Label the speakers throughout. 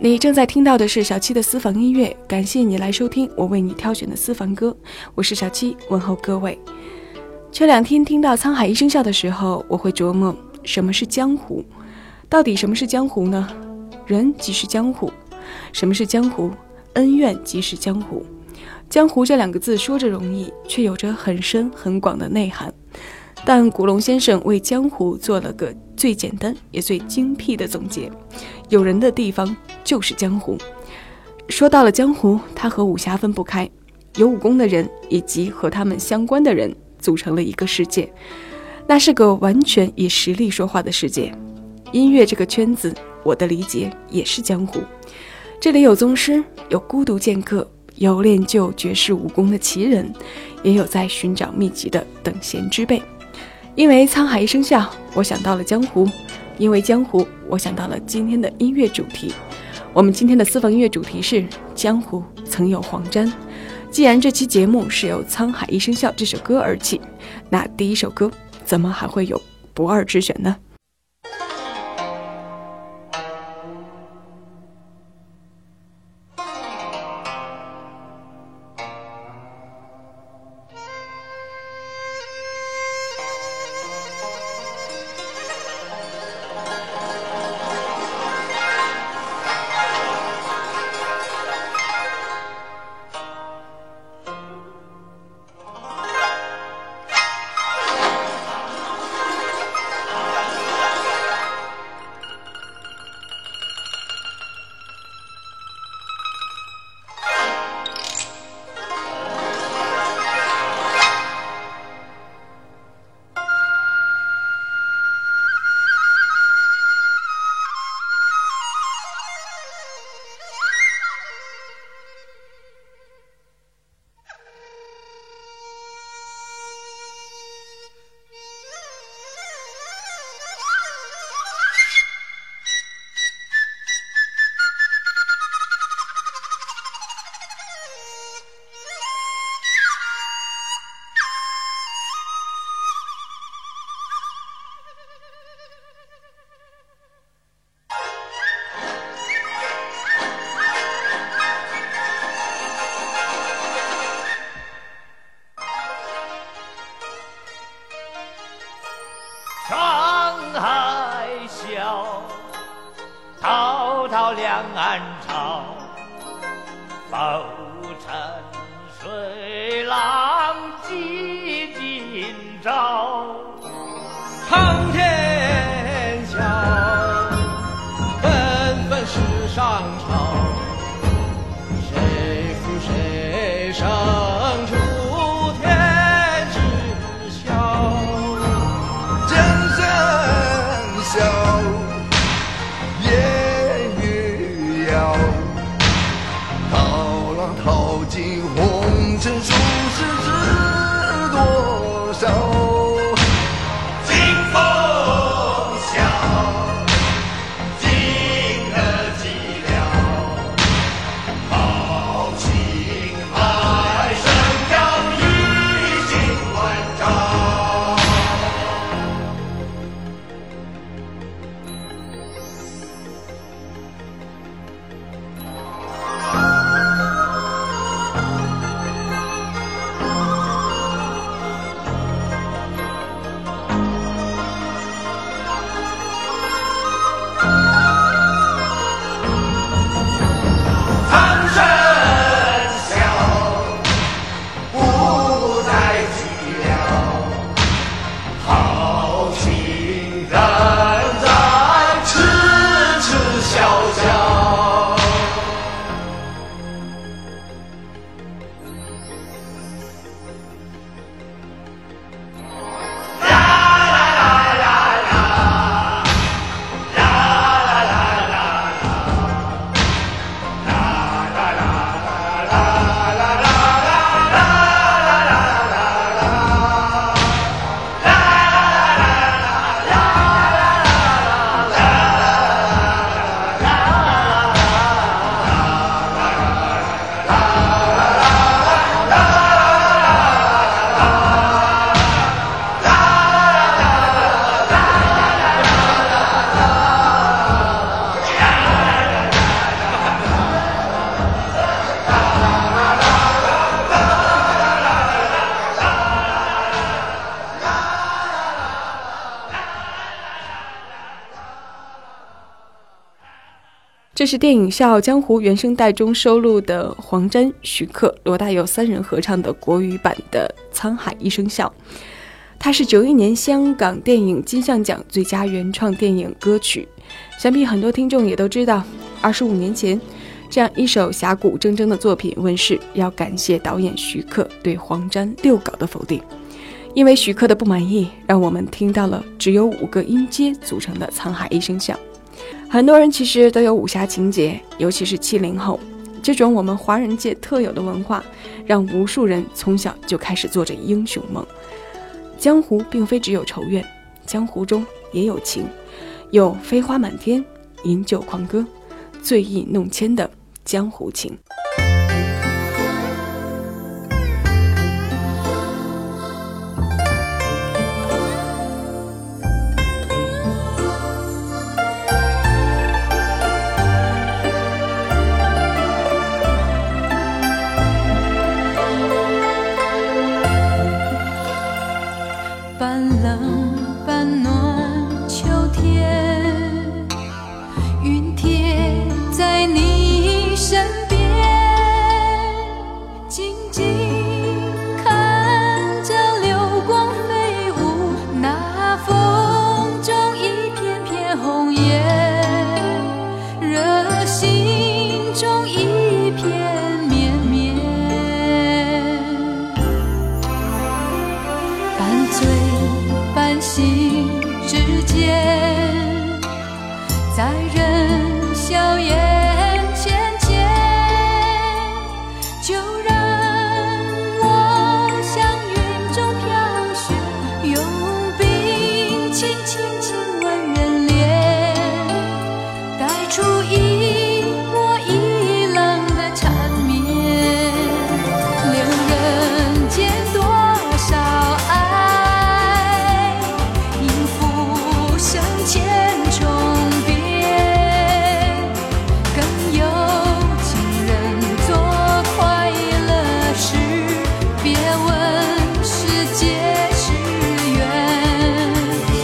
Speaker 1: 你正在听到的是小七的私房音乐，感谢你来收听我为你挑选的私房歌，我是小七，问候各位。这两天听到沧海一声笑的时候，我会琢磨什么是江湖，到底什么是江湖呢？人即是江湖。什么是江湖？恩怨即是江湖。江湖这两个字说着容易，却有着很深很广的内涵。但古龙先生为江湖做了个最简单也最精辟的总结，有人的地方就是江湖。说到了江湖，它和武侠分不开，有武功的人以及和他们相关的人组成了一个世界，那是个完全以实力说话的世界。音乐这个圈子，我的理解也是江湖，这里有宗师，有孤独剑客，有练就绝世武功的奇人，也有在寻找秘籍的等闲之辈。因为沧海一声笑，我想到了江湖；因为江湖，我想到了今天的音乐主题。我们今天的私房音乐主题是江湖曾有黄沾。既然这期节目是由沧海一声笑这首歌而起，那第一首歌怎么还会有不二之选呢？
Speaker 2: 沧海笑，滔滔两岸潮，浮沉水浪几今朝。
Speaker 3: 苍天笑，纷纷世上潮，谁负谁胜出天知晓。笑，烟雨遥，涛浪淘尽红尘，数世知多少。
Speaker 2: 惊风笑，惊得寂寥，豪情海生扬，一心万丈。
Speaker 1: 这是电影《笑傲江湖》原声带中收录的黄沾、徐克、罗大佑3人合唱的国语版的《沧海一声笑》。它是91年香港电影金像奖最佳原创电影歌曲。想必很多听众也都知道，25年前这样一首侠骨铮铮的作品问世，要感谢导演徐克对黄沾6稿的否定。因为徐克的不满意，让我们听到了只有5个音阶组成的沧海一声笑。很多人其实都有武侠情节，尤其是70后，这种我们华人界特有的文化，让无数人从小就开始做着英雄梦。江湖并非只有仇怨，江湖中也有情，有飞花满天、饮酒狂歌、醉意弄牵的江湖情。
Speaker 4: 半冷半暖秋天，云贴在你身边，静静看着流光飞舞，那风中一片片红叶，热心中一片绵绵，半醉半醒之间，在人笑颜浅浅，就让我向云中飘雪，用冰轻轻亲吻人脸，带出一波一浪的缠绵，留人间多少爱，应浮生千重变，更有情人做快乐事，别问世界是缘。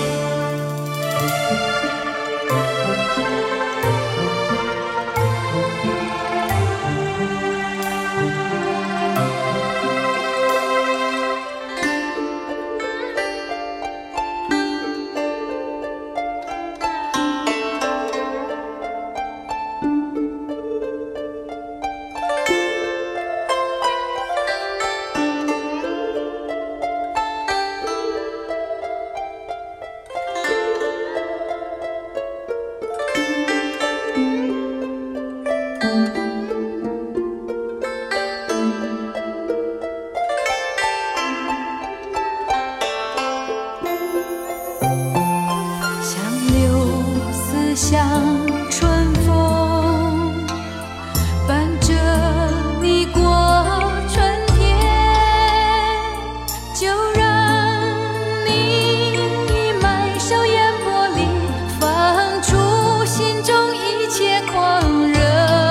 Speaker 4: 像柳丝像春风，伴着你过春天，就让你已埋首烟波里，放出心中一切狂热，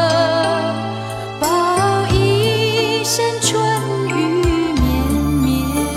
Speaker 4: 报一生春雨绵绵。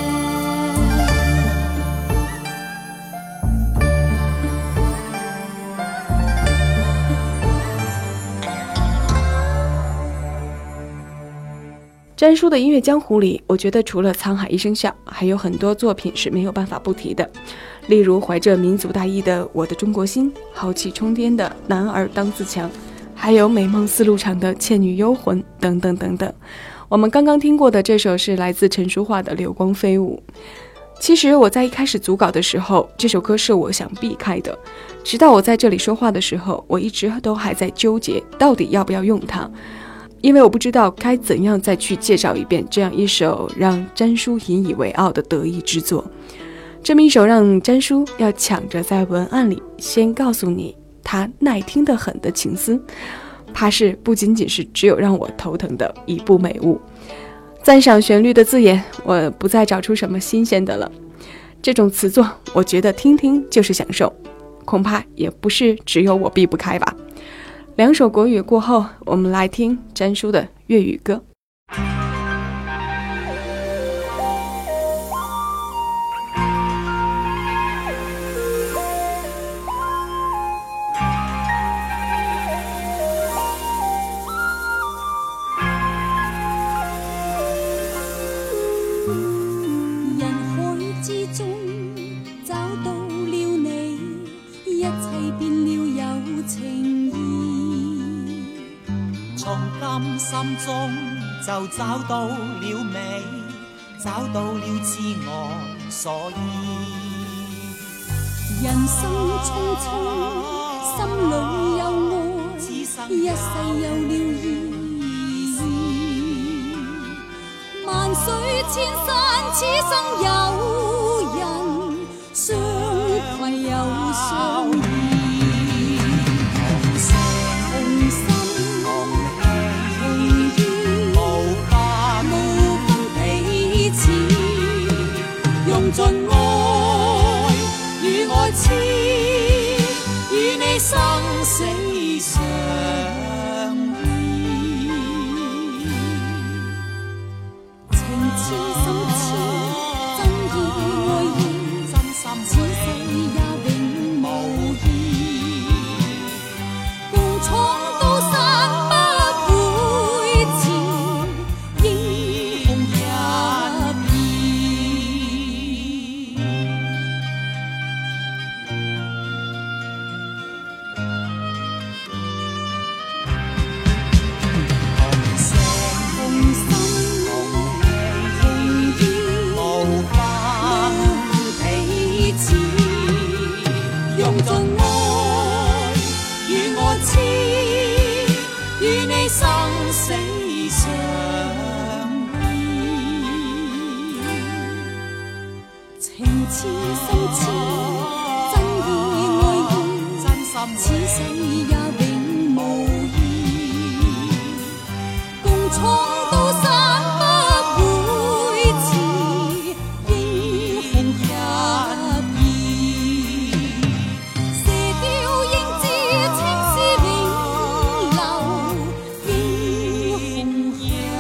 Speaker 1: 詹叔的音乐江湖里，我觉得除了沧海一声笑，还有很多作品是没有办法不提的，例如怀着民族大义的《我的中国心》，豪气冲天的《男儿当自强》，还有美梦丝路长的《倩女幽魂》等等等等。我们刚刚听过的这首是来自陈淑桦的《流光飞舞》。其实我在一开始组稿的时候，这首歌是我想避开的，直到我在这里说话的时候，我一直都还在纠结到底要不要用它，因为我不知道该怎样再去介绍一遍这样一首让詹叔引以为傲的得意之作，这么一首让詹叔要抢着在文案里先告诉你他耐听得很的情思，怕是不仅仅是只有让我头疼的一部美物。赞赏旋律的字眼，我不再找出什么新鲜的了，这种词作我觉得听听就是享受，恐怕也不是只有我避不开吧。2首国语过后，我们来听詹叔的粤语歌。
Speaker 5: 心中就找到了美，找到了自我所依。
Speaker 4: 人生匆匆，心里有爱，一世有了意义。萬水千山，此生有人相攜又相依。同心同意，無分彼此，用盡愛與愛痴，與你生死相依。情痴心痴，真意愛意，此世也永無異。共闖高山不會遲，英雄一意。同心同意，無分彼此，用盡愛與愛痴，與你生死相依。情痴心痴，真意愛意，此世也永無異。共闖高山不會遲，英雄一意。射雕英姿，青絲永留，英雄一意。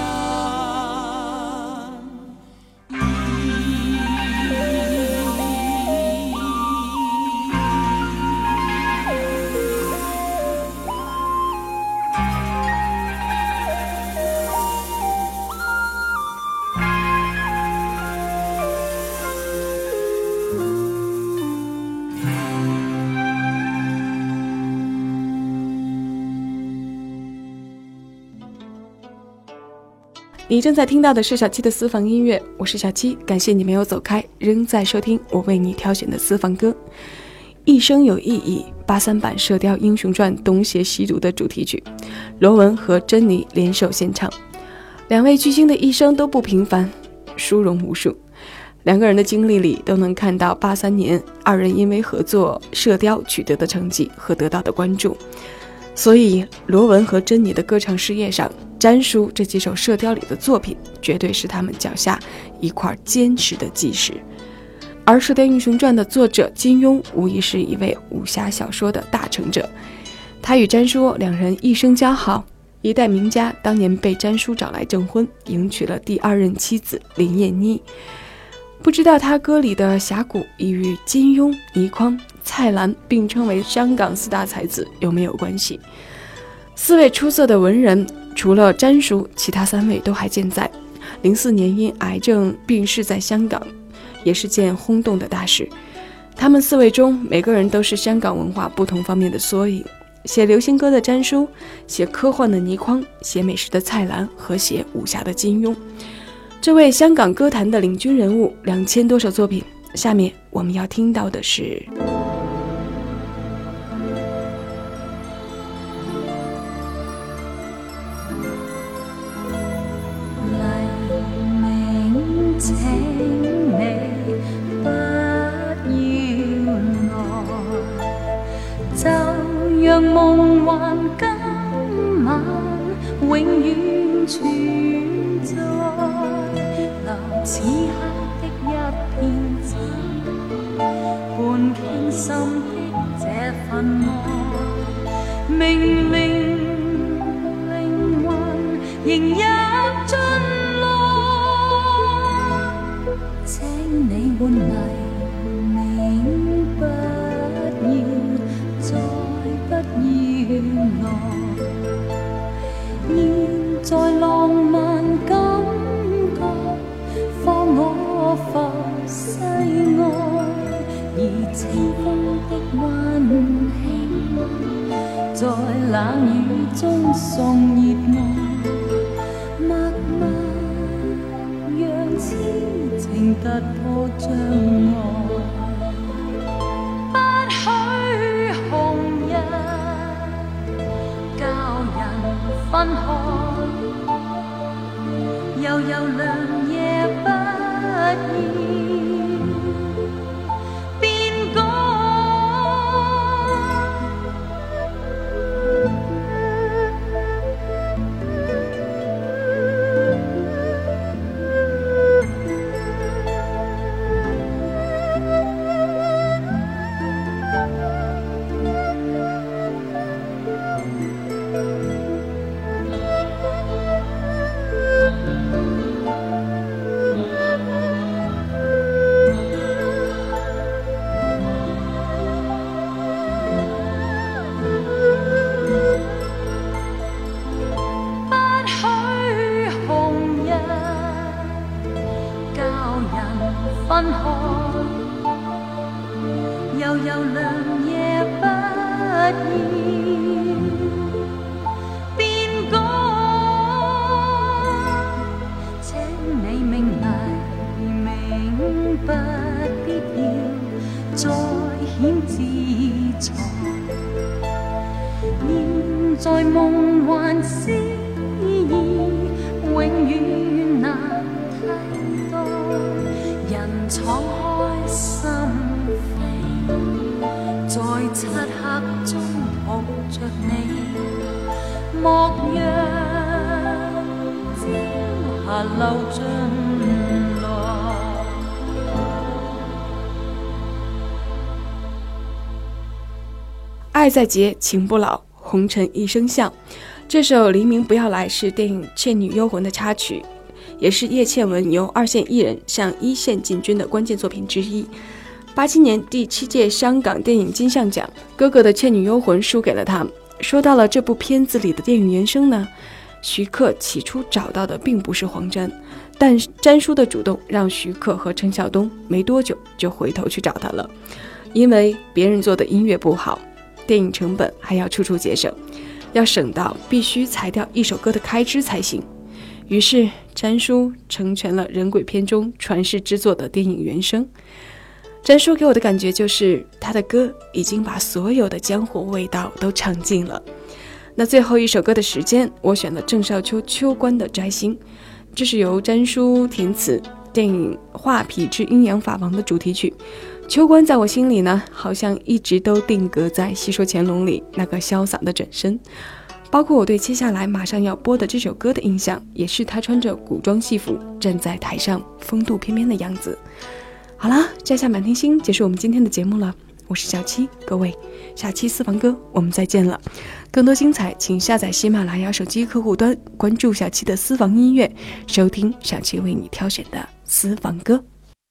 Speaker 1: 你正在听到的是小七的私房音乐，我是小七，感谢你没有走开，仍在收听我为你挑选的私房歌。一生有意义83版《射雕英雄传》东邪西毒的主题曲，罗文和珍妮联手献唱。两位巨星的一生都不平凡，殊荣无数。两个人的经历里都能看到83年二人因为合作《射雕》取得的成绩和得到的关注。所以罗文和珍妮的歌唱事业上，詹叔这几首《射雕》里的作品绝对是他们脚下一块坚实的基石。而《射雕英雄传》的作者金庸无疑是一位武侠小说的大成者，他与詹叔两人一生交好，一代名家当年被詹叔找来证婚，迎娶了第二任妻子林燕妮。不知道他歌里的侠骨已与金庸、倪匡、蔡澜并称为香港4大才子有没有关系？四位出色的文人，除了詹叔，其他3位都还健在。04年因癌症病逝在香港，也是件轰动的大事。他们4位中，每个人都是香港文化不同方面的缩影。写流行歌的詹叔，写科幻的倪匡，写美食的蔡澜和写武侠的金庸。这位香港歌坛的领军人物，2000多首作品。下面我们要听到的是
Speaker 4: 請你不要來，就讓夢幻今晚永遠存在。留此刻的一片真，伴傾心的這份愛，命令靈魂迎入進請你換黎明，不要再不要來。現在浪漫感覺，放我浮世外，而清風的溫馨，在冷雨中送熱愛。 破障礙，不許紅日教人分開，悠悠亮夜不要變改。分開，悠悠亮夜不要變改。請你明黎明不必要再顯自裁，念在夢幻詩意，永遠難替代。人敞開心扉，在漆黑中抱着你，莫讓朝霞流盡來。
Speaker 1: 爱在劫，情不老，红尘一声笑。这首《黎明不要来》是电影《倩女幽魂》的插曲，也是叶倩文由2线艺人向1线进军的关键作品之一。87年第7届香港电影金像奖，哥哥的《倩女幽魂》输给了他。说到了这部片子里的电影原声呢，徐克起初找到的并不是黄沾，但詹叔的主动让徐克和陈晓东没多久就回头去找他了，因为别人做的音乐不好，电影成本还要处处节省，要省到必须裁掉一首歌的开支才行。于是詹叔成全了《人鬼片》中传世之作的电影原声。詹叔给我的感觉就是他的歌已经把所有的江湖味道都唱尽了。那最后一首歌的时间，我选了郑少秋《秋官》的摘星，这是由詹叔填词，电影《画皮之阴阳法王》的主题曲。秋官在我心里呢，好像一直都定格在《戏说乾隆》里那个潇洒的转身，包括我对接下来马上要播的这首歌的印象，也是他穿着古装戏服站在台上风度翩翩的样子。好啦，摘下满天星，结束我们今天的节目了。我是小七，各位，下期私房歌我们再见了。更多精彩请下载喜马拉雅手机客户端，关注小七的私房音乐，收听小七为你挑选的私房歌。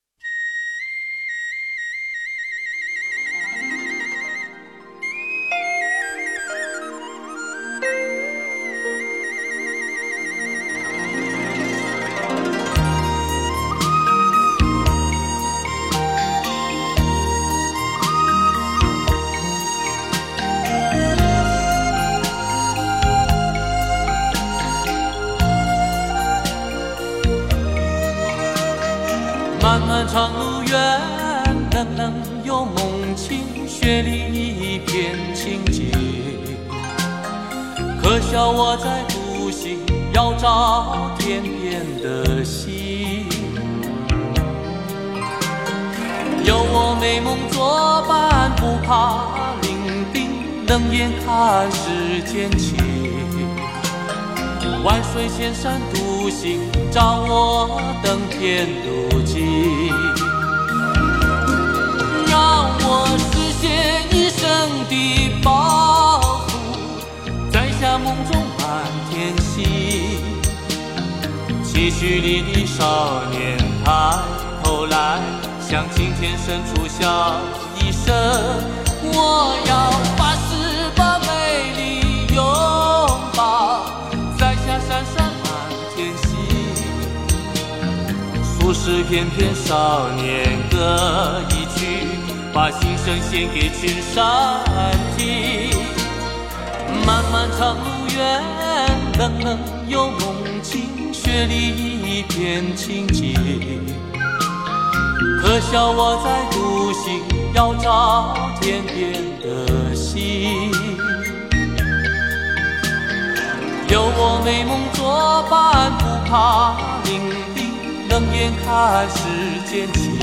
Speaker 6: 漫漫长路远，冷冷又梦清，雪里一片情结。可笑我在独行，要找天边的星。有我美梦作伴，不怕伶仃，冷眼看世间情。万水千山独行，找我登天路径，让我实现一生的抱负，摘下梦中满天星。期许里的少年抬头来，向青天深处笑一声，我要发誓把美丽拥抱，摘下闪闪满天星，俗世翩翩少年歌一曲，把心声献给群山听。漫漫长路远，冷冷又梦清，雪里一片情结。 可笑我在独行，要找天边的星。有我美梦作伴，不怕伶仃，冷眼看世间情。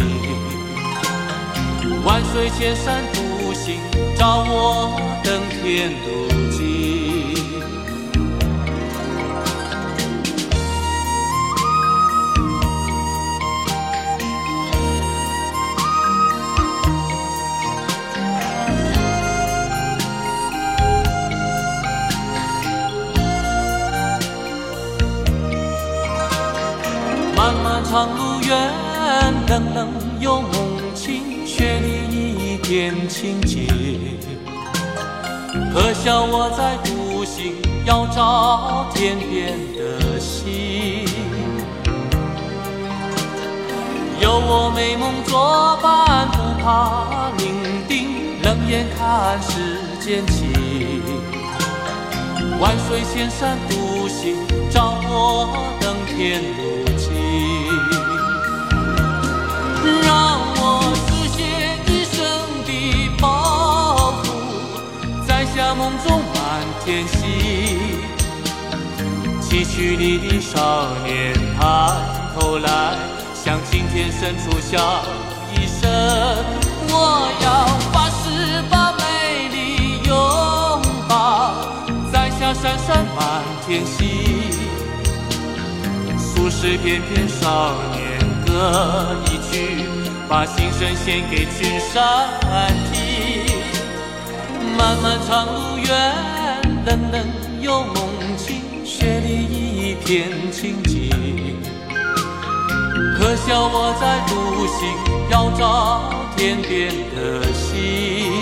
Speaker 6: 万水千山独行，照我登天路径。漫漫长路远，冷冷有梦情，雪里一片情结。可笑我在独行，要找天边的星。有我美梦作伴，不怕伶仃，冷眼看世间情。万水千山独行，照我登天路径。让我实现一生的抱负，摘下梦中满天星。崎岖里的少年抬头来，向青天伸出笑一声。我要发誓把美丽拥抱，摘下闪闪满天星。俗世翩翩少年歌一曲，把心声献给群山听。漫漫长路远，冷冷有梦情，雪里一片情景。可笑我在独行，要找天边的星。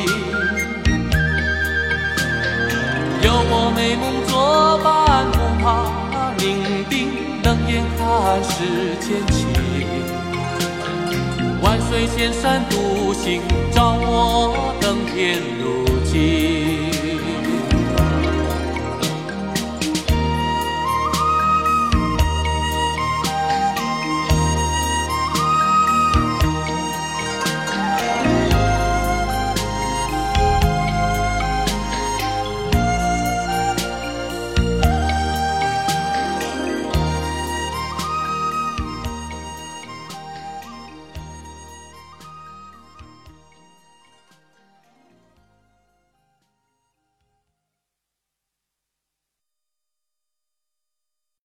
Speaker 6: 有我美梦作伴，不怕伶仃，冷眼看世间情。万水千山独行，照我登天路径。